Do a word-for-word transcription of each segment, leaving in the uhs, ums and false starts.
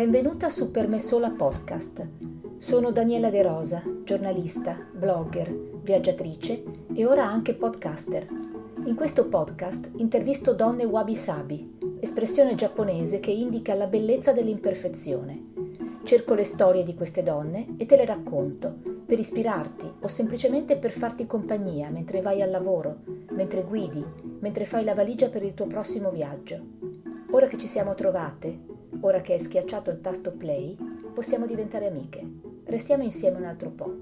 Benvenuta su Per me sola podcast. Sono Daniela De Rosa, giornalista, blogger, viaggiatrice e ora anche podcaster. In questo podcast intervisto donne wabi-sabi, espressione giapponese che indica la bellezza dell'imperfezione. Cerco le storie di queste donne e te le racconto per ispirarti o semplicemente per farti compagnia mentre vai al lavoro, mentre guidi, mentre fai la valigia per il tuo prossimo viaggio. Ora che ci siamo trovate, ora che hai schiacciato il tasto play, possiamo diventare amiche. Restiamo insieme un altro po'.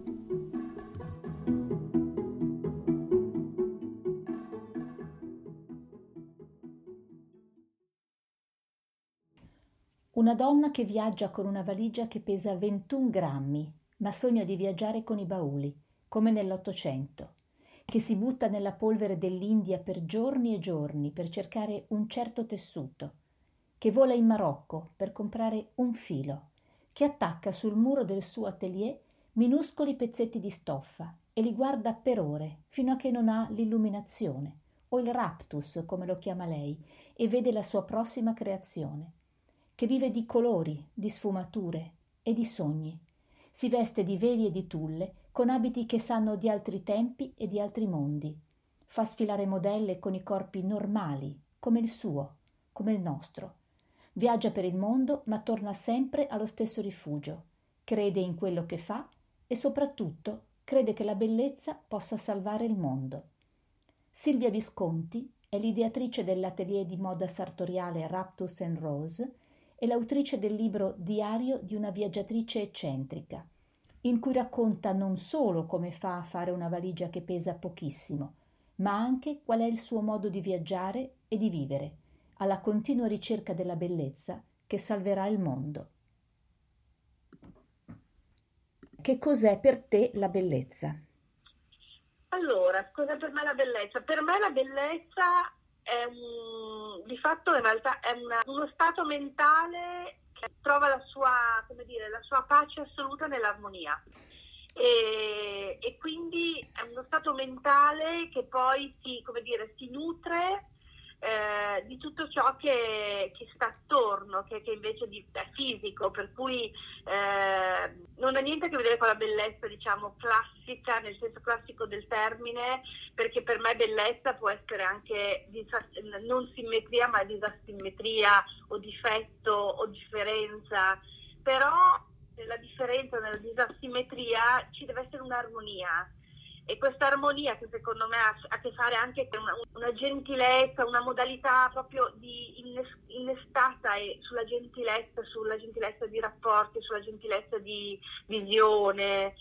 Una donna che viaggia con una valigia che pesa ventuno grammi, ma sogna di viaggiare con i bauli, come nell'Ottocento, che si butta nella polvere dell'India per giorni e giorni per cercare un certo tessuto, che vola in Marocco per comprare un filo, che attacca sul muro del suo atelier minuscoli pezzetti di stoffa e li guarda per ore fino a che non ha l'illuminazione, o il raptus come lo chiama lei, e vede la sua prossima creazione, che vive di colori, di sfumature e di sogni. Si veste di veli e di tulle con abiti che sanno di altri tempi e di altri mondi. Fa sfilare modelle con i corpi normali, come il suo, come il nostro. Viaggia per il mondo ma torna sempre allo stesso rifugio. Crede in quello che fa e soprattutto crede che la bellezza possa salvare il mondo. Silvia Visconti è l'ideatrice dell'atelier di moda sartoriale Raptus and Rose e l'autrice del libro Diario di una viaggiatrice eccentrica, in cui racconta non solo come fa a fare una valigia che pesa pochissimo, ma anche qual è il suo modo di viaggiare e di vivere, alla continua ricerca della bellezza che salverà il mondo. Che cos'è per te la bellezza? Allora, cos'è per me la bellezza? Per me la bellezza è un, di fatto in realtà è una, uno stato mentale che trova la sua, come dire, la sua pace assoluta nell'armonia. E, e quindi è uno stato mentale che poi si, come dire, si nutre eh, di tutto ciò che, che sta attorno, che, che invece di, è fisico, per cui eh, non ha niente a che vedere con la bellezza, diciamo, classica, nel senso classico del termine, perché per me bellezza può essere anche disas- non simmetria, ma disasimmetria o difetto o differenza, però nella differenza, nella disasimmetria ci deve essere un'armonia. E questa armonia che secondo me ha a che fare anche con una, una gentilezza, una modalità proprio di innes- innestata e sulla gentilezza, sulla gentilezza di rapporti, sulla gentilezza di visione,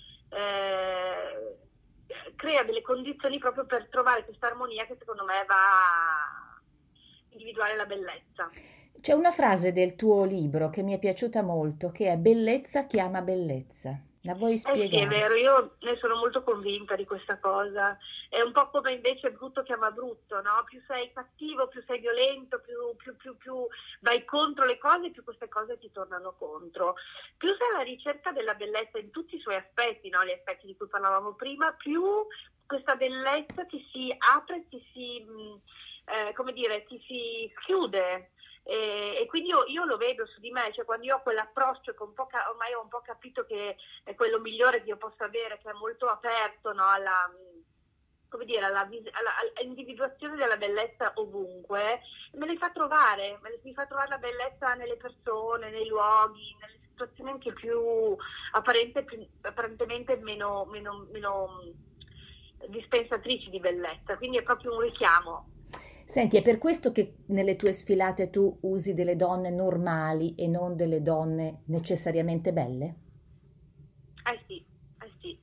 eh, crea delle condizioni proprio per trovare questa armonia che secondo me va a individuare la bellezza. C'è una frase del tuo libro che mi è piaciuta molto, che è bellezza chiama bellezza. La vuoi spiegare? Eh sì, è vero, io ne sono molto convinta di questa cosa. È un po' come invece brutto chiama brutto, no? Più sei cattivo, più sei violento, più, più, più, più vai contro le cose, più queste cose ti tornano contro. Più sei alla ricerca della bellezza in tutti i suoi aspetti, no? Gli aspetti di cui parlavamo prima, più questa bellezza ti si apre, ti si, eh, come dire, ti si schiude. E, e quindi io, io lo vedo su di me, cioè quando io ho quell'approccio che un po' ca- ormai ho un po' capito che è quello migliore che io posso avere, che è molto aperto, no, alla, come dire, alla, alla, all'individuazione della bellezza ovunque, me ne fa trovare, me ne, mi fa trovare la bellezza nelle persone, nei luoghi, nelle situazioni anche più, apparente, più apparentemente meno, meno, meno dispensatrici di bellezza, quindi è proprio un richiamo. Senti, è per questo che nelle tue sfilate tu usi delle donne normali e non delle donne necessariamente belle? Eh sì, eh sì,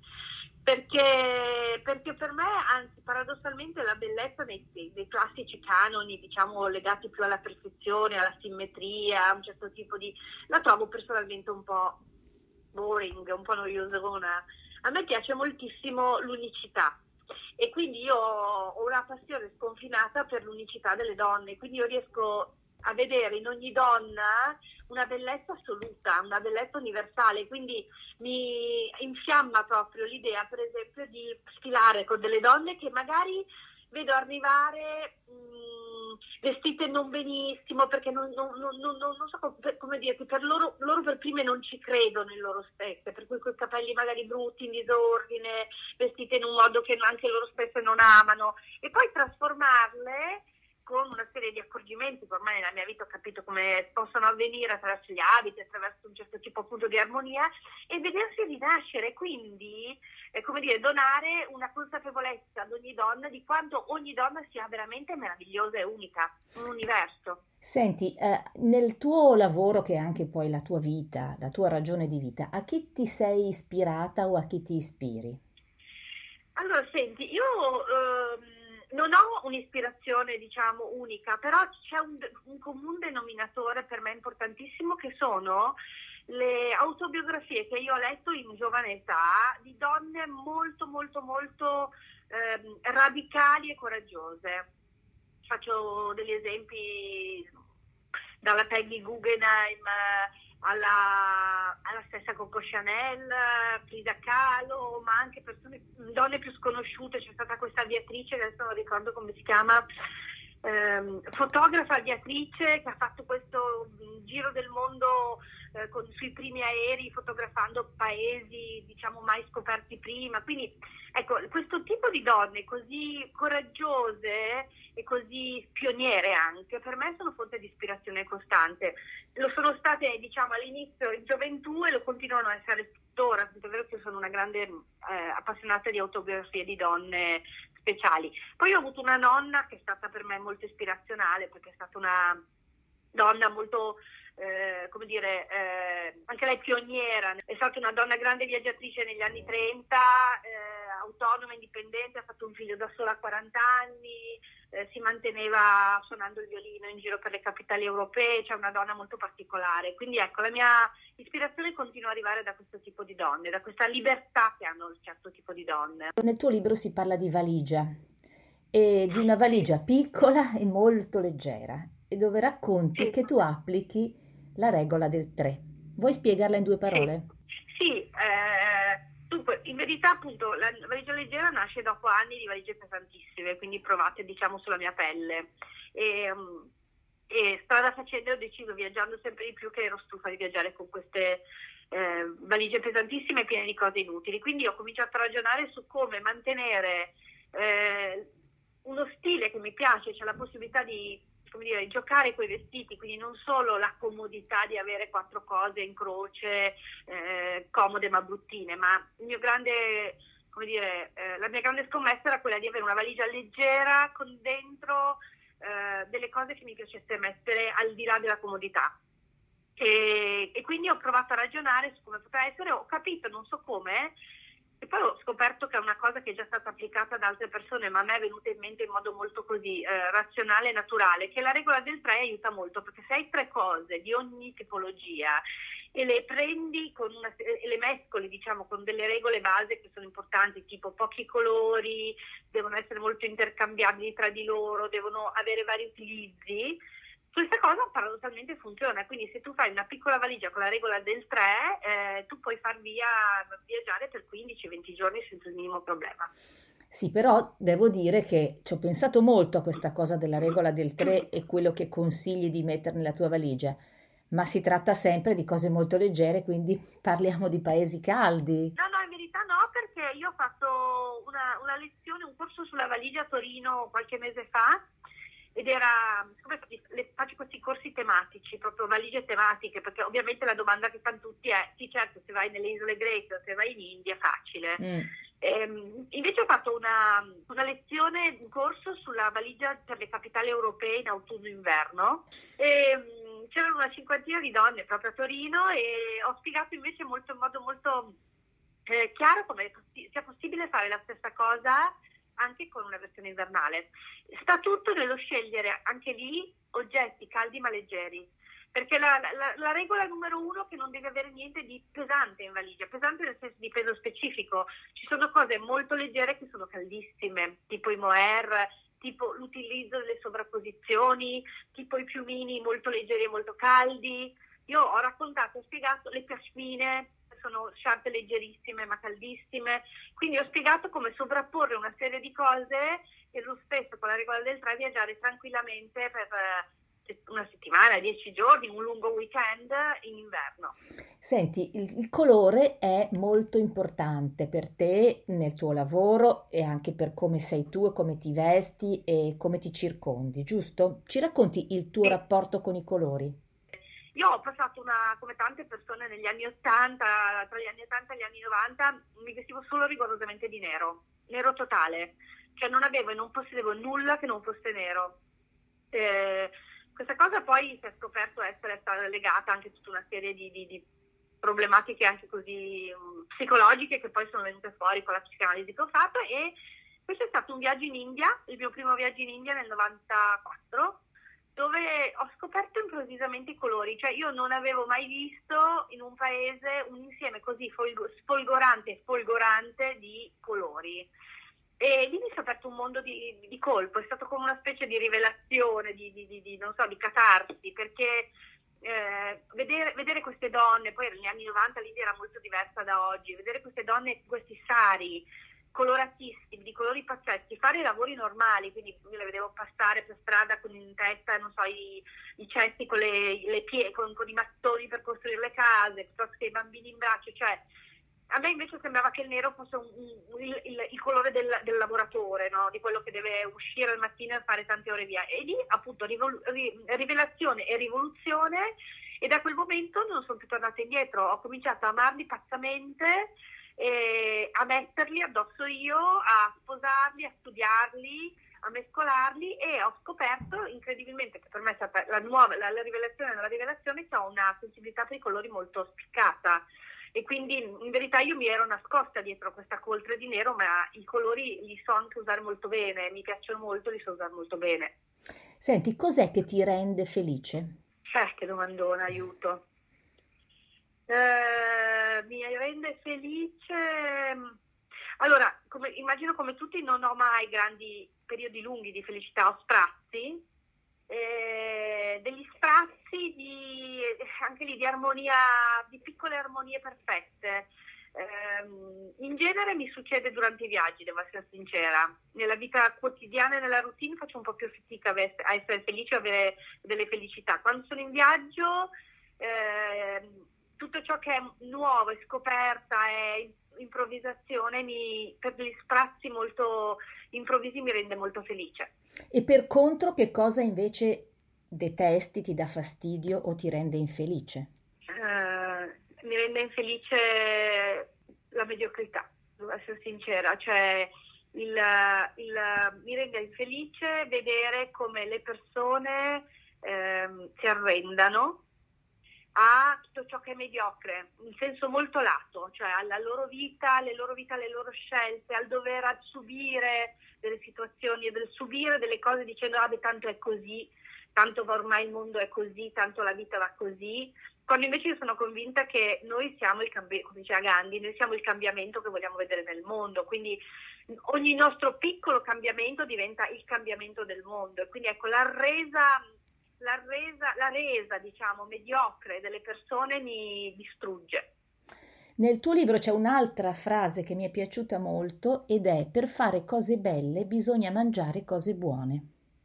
perché, perché per me, anzi paradossalmente, la bellezza dei, dei, dei classici canoni, diciamo legati più alla perfezione, alla simmetria, a un certo tipo di... la trovo personalmente un po' boring, un po' noiosona. A me piace moltissimo l'unicità. E quindi io ho una passione sconfinata per l'unicità delle donne, quindi io riesco a vedere in ogni donna una bellezza assoluta, una bellezza universale, quindi mi infiamma proprio l'idea, per esempio, di sfilare con delle donne che magari vedo arrivare mh, vestite non benissimo, perché non, non, non, non, non so come, come dirti, per loro, loro per prime non ci credono in loro stesse, per cui con i capelli magari brutti, in disordine, vestite in un modo che anche loro stesse non amano, e poi trasformarle con una serie di accorgimenti che ormai nella mia vita ho capito come possono avvenire attraverso gli abiti, attraverso un certo tipo appunto di armonia, e vedersi rinascere, quindi eh, come dire, donare una consapevolezza ad ogni donna di quanto ogni donna sia veramente meravigliosa e unica, un universo. Senti, eh, nel tuo lavoro, che è anche poi la tua vita, la tua ragione di vita, a chi ti sei ispirata o a chi ti ispiri? Allora, senti, io ehm, non ho un'ispirazione, diciamo, unica, però c'è un, un comune denominatore per me importantissimo, che sono le autobiografie che io ho letto in giovane età di donne molto, molto, molto ehm, radicali e coraggiose. Faccio degli esempi dalla Peggy Guggenheim alla, alla stessa Coco Chanel, Frida Kahlo, ma anche persone, donne più sconosciute. C'è stata questa aviatrice, adesso non ricordo come si chiama, ehm, fotografa aviatrice, che ha fatto questo giro del mondo eh, con, sui primi aerei, fotografando paesi, diciamo, mai scoperti prima. Quindi ecco, questo tipo di donne così coraggiose e così pioniere anche, per me sono fonte di ispirazione costante. Lo sono state, diciamo, all'inizio in gioventù e lo continuano a essere tuttora, tanto è vero che io sono una grande eh, appassionata di autobiografie di donne speciali. Poi ho avuto una nonna che è stata per me molto ispirazionale, perché è stata una donna molto, eh, come dire, eh, anche lei pioniera. È stata una donna grande viaggiatrice negli anni trenta, eh, autonoma, indipendente, ha fatto un figlio da sola a quaranta anni, eh, si manteneva suonando il violino in giro per le capitali europee, cioè una donna molto particolare. Quindi ecco, la mia ispirazione continua ad arrivare da questo tipo di donne, da questa libertà che hanno un certo tipo di donne. Nel tuo libro si parla di valigia e di una valigia piccola e molto leggera, e dove racconti Sì. che tu applichi la regola del tre. Vuoi spiegarla in due parole? Sì, sì eh, dunque, in verità appunto la valigia leggera nasce dopo anni di valigie pesantissime, quindi provate, diciamo, sulla mia pelle. E, e strada facendo ho deciso, viaggiando sempre di più, che ero stufa di viaggiare con queste eh, valigie pesantissime piene di cose inutili. Quindi ho cominciato a ragionare su come mantenere eh, uno stile che mi piace, c'è la possibilità di, come dire, giocare con i vestiti, quindi non solo la comodità di avere quattro cose in croce, eh, comode ma bruttine, ma il mio grande, come dire, eh, la mia grande scommessa era quella di avere una valigia leggera con dentro eh, delle cose che mi piacesse mettere al di là della comodità. E, e quindi ho provato a ragionare su come poteva essere, ho capito, non so come, e poi ho scoperto che è una cosa che è già stata applicata da altre persone, ma a me è venuta in mente in modo molto così eh, razionale e naturale, che la regola del tre aiuta molto, perché se hai tre cose di ogni tipologia e le prendi con una, e le mescoli, diciamo, con delle regole base che sono importanti, tipo pochi colori, devono essere molto intercambiabili tra di loro, devono avere vari utilizzi. Questa cosa paradossalmente funziona, quindi se tu fai una piccola valigia con la regola del tre, eh, tu puoi far via viaggiare per quindici venti giorni senza il minimo problema. Sì, però devo dire che ci ho pensato molto a questa cosa della regola del tre e quello che consigli di mettere nella tua valigia, ma si tratta sempre di cose molto leggere, quindi parliamo di paesi caldi. No, no, in verità no, perché io ho fatto una, una lezione, un corso sulla valigia a Torino qualche mese fa, ed era, come faccio questi corsi tematici, proprio valigie tematiche, perché ovviamente la domanda che fanno tutti è, sì certo, se vai nelle isole greche o se vai in India è facile. Mm. Ehm, invece ho fatto una, una lezione, un corso sulla valigia per le capitali europee in autunno-inverno, e um, c'erano una cinquantina di donne proprio a Torino, e ho spiegato invece molto, in modo molto eh, chiaro come sia possibile fare la stessa cosa anche con una versione invernale. Sta tutto nello scegliere anche lì oggetti caldi ma leggeri, perché la, la, la regola numero uno è che non deve avere niente di pesante in valigia, pesante nel senso di peso specifico. Ci sono cose molto leggere che sono caldissime, tipo i mohair, tipo l'utilizzo delle sovrapposizioni, tipo i piumini molto leggeri e molto caldi. Io ho raccontato, ho spiegato le pashmine, sono sciarpe leggerissime ma caldissime, quindi ho spiegato come sovrapporre una serie di cose e lo stesso con la regola del tre viaggiare tranquillamente per una settimana, dieci giorni, un lungo weekend in inverno. Senti, il, il colore è molto importante per te nel tuo lavoro e anche per come sei tu e come ti vesti e come ti circondi, giusto? Ci racconti il tuo Sì. rapporto con i colori? Io ho passato una, come tante persone negli anni ottanta, tra gli anni ottanta e gli anni novanta, mi vestivo solo rigorosamente di nero, nero totale, cioè non avevo e non possedevo nulla che non fosse nero. Eh, questa cosa poi si è scoperto essere stata legata anche a tutta una serie di, di, di problematiche anche così um, psicologiche che poi sono venute fuori con la psicanalisi che ho fatto, e questo è stato un viaggio in India, il mio primo viaggio in India nel novantaquattro, dove ho scoperto improvvisamente i colori, cioè io non avevo mai visto in un paese un insieme così folgo- sfolgorante e folgorante di colori. E lì mi si è aperto un mondo di, di colpo, è stato come una specie di rivelazione, di, di, di, di non so, di catarsi, perché eh, vedere, vedere queste donne, poi negli anni novanta l'India era molto diversa da oggi, vedere queste donne, questi sari coloratissimi, di colori pazzeschi, fare i lavori normali, quindi io le vedevo passare per strada con in testa, non so, i, i cesti con le, le pie, con, con i mattoni per costruire le case, piuttosto che i bambini in braccio, cioè a me invece sembrava che il nero fosse un, un, il, il, il colore del, del lavoratore, no? Di quello che deve uscire al mattino e fare tante ore via. E lì appunto rivol, ri, rivelazione e rivoluzione, e da quel momento non sono più tornata indietro, ho cominciato a amarli pazzamente, eh, a metterli addosso io, a sposarli, a studiarli, a mescolarli, e ho scoperto incredibilmente che per me è stata la nuova, la, la rivelazione della rivelazione, che ho una sensibilità per i colori molto spiccata. E quindi in verità io mi ero nascosta dietro questa coltre di nero, ma i colori li so anche usare molto bene, mi piacciono molto, li so usare molto bene. Senti, cos'è che ti rende felice? Eh, che domandona, aiuto. Eh, mi rende felice. Allora, come, immagino come tutti non ho mai grandi periodi lunghi di felicità, ho sprazzi. Eh, degli sprazzi di, anche lì di armonia, di piccole armonie perfette. Eh, in genere mi succede durante i viaggi, devo essere sincera. Nella vita quotidiana e nella routine faccio un po' più fatica a essere felice o avere delle felicità. Quando sono in viaggio, eh, tutto ciò che è nuovo, è scoperta, è improvvisazione, mi, per gli sprazzi molto improvvisi mi rende molto felice. E per contro, che cosa invece detesti, ti dà fastidio o ti rende infelice? Uh, mi rende infelice la mediocrità, devo essere sincera, cioè il, il, mi rende infelice vedere come le persone eh, si arrendano a tutto ciò che è mediocre, in senso molto lato, cioè alla loro vita, alle loro vite, alle loro scelte, al dover subire delle situazioni e del subire delle cose dicendo ah beh, tanto è così, tanto ormai il mondo è così, tanto la vita va così, quando invece io sono convinta che noi siamo il cambiamento, come diceva Gandhi, noi siamo il cambiamento che vogliamo vedere nel mondo, quindi ogni nostro piccolo cambiamento diventa il cambiamento del mondo, e quindi ecco la resa La resa, la resa, diciamo, mediocre delle persone mi distrugge. Nel tuo libro c'è un'altra frase che mi è piaciuta molto ed è: per fare cose belle bisogna mangiare cose buone.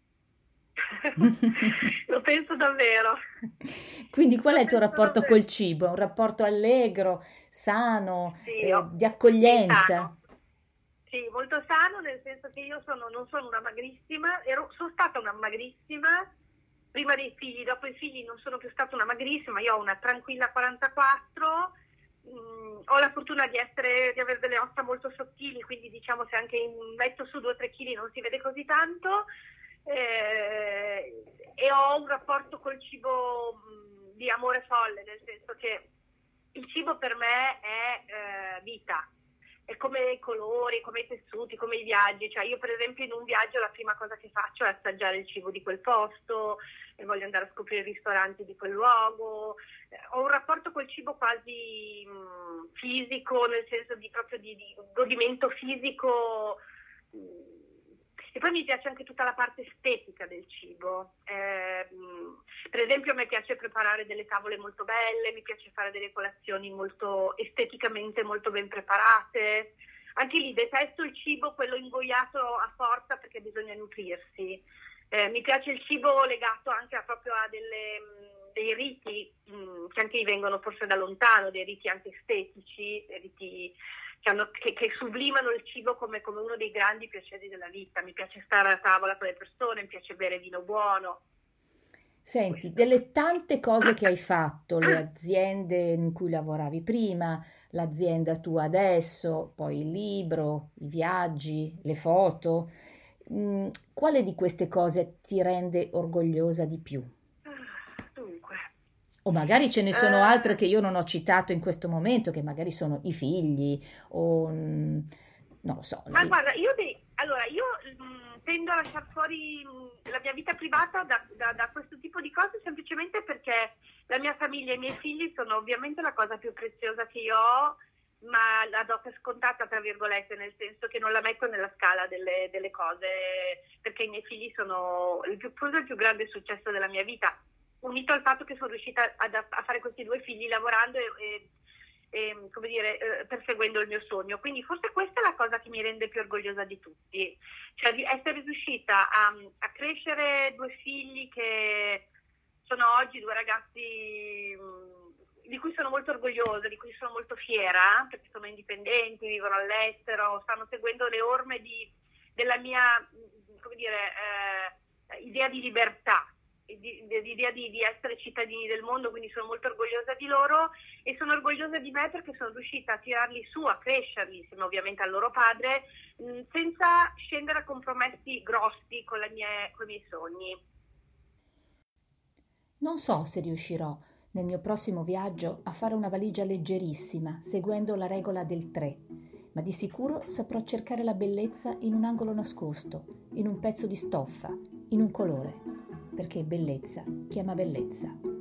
Lo penso davvero. Quindi qual Lo è il tuo rapporto davvero. col cibo? Un rapporto allegro, sano, Sì, eh, ho, di accoglienza? sì, sì, molto sano, nel senso che io sono, non sono una magrissima, ero, sono stata una magrissima prima dei figli, dopo i figli non sono più stata una magrissima, io ho una tranquilla quarantaquattro, mh, ho la fortuna di essere, di avere delle ossa molto sottili, quindi diciamo se anche metto su due o tre chili non si vede così tanto, eh, e ho un rapporto col cibo mh, di amore folle, nel senso che il cibo per me è eh, vita. È come i colori, come i tessuti, come i viaggi, cioè io per esempio in un viaggio la prima cosa che faccio è assaggiare il cibo di quel posto, e voglio andare a scoprire i ristoranti di quel luogo, eh, ho un rapporto col cibo quasi mh, fisico, nel senso di proprio di, di godimento fisico, mh, E poi mi piace anche tutta la parte estetica del cibo. Eh, per esempio a me piace preparare delle tavole molto belle, mi piace fare delle colazioni molto esteticamente molto ben preparate. Anche lì detesto il cibo, quello ingoiato a forza perché bisogna nutrirsi. Eh, mi piace il cibo legato anche a, proprio a delle, dei riti mh, che anche vengono forse da lontano, dei riti anche estetici, dei riti che, hanno, che, che sublimano il cibo come, come uno dei grandi piaceri della vita. Mi piace stare a tavola con le persone, mi piace bere vino buono. Senti, delle tante cose che hai fatto, le aziende in cui lavoravi prima, l'azienda tua adesso, poi il libro, i viaggi, le foto, mh, quale di queste cose ti rende orgogliosa di più? Dunque, O magari ce ne sono eh, altre che io non ho citato in questo momento, che magari sono i figli o mh, non lo so. ma i- guarda, io, de- allora, io mh, tendo a lasciare fuori mh, la mia vita privata da, da- da questo tipo di cose semplicemente perché la mia famiglia e i miei figli sono ovviamente la cosa più preziosa che io ho, ma la do per scontata, tra virgolette, nel senso che non la metto nella scala delle, delle cose, perché i miei figli sono il più, forse il più grande successo della mia vita, unito al fatto che sono riuscita ad- a fare questi due figli lavorando e, e- e, come dire, eh, perseguendo il mio sogno. Quindi forse questa è la cosa che mi rende più orgogliosa di tutti, cioè di essere riuscita a, a crescere due figli che sono oggi due ragazzi mh, di cui sono molto orgogliosa, di cui sono molto fiera, perché sono indipendenti, vivono all'estero, stanno seguendo le orme di, della mia, mh, come dire, eh, idea di libertà, di, di, l'idea di, di essere cittadini del mondo, quindi sono molto orgogliosa di loro e sono orgogliosa di me perché sono riuscita a tirarli su, a crescerli insieme ovviamente al loro padre, mh, senza scendere a compromessi grossi con, la mie, con i miei sogni. Non so se riuscirò nel mio prossimo viaggio a fare una valigia leggerissima, seguendo la regola del tre, ma di sicuro saprò cercare la bellezza in un angolo nascosto, in un pezzo di stoffa, in un colore, perché bellezza chiama bellezza.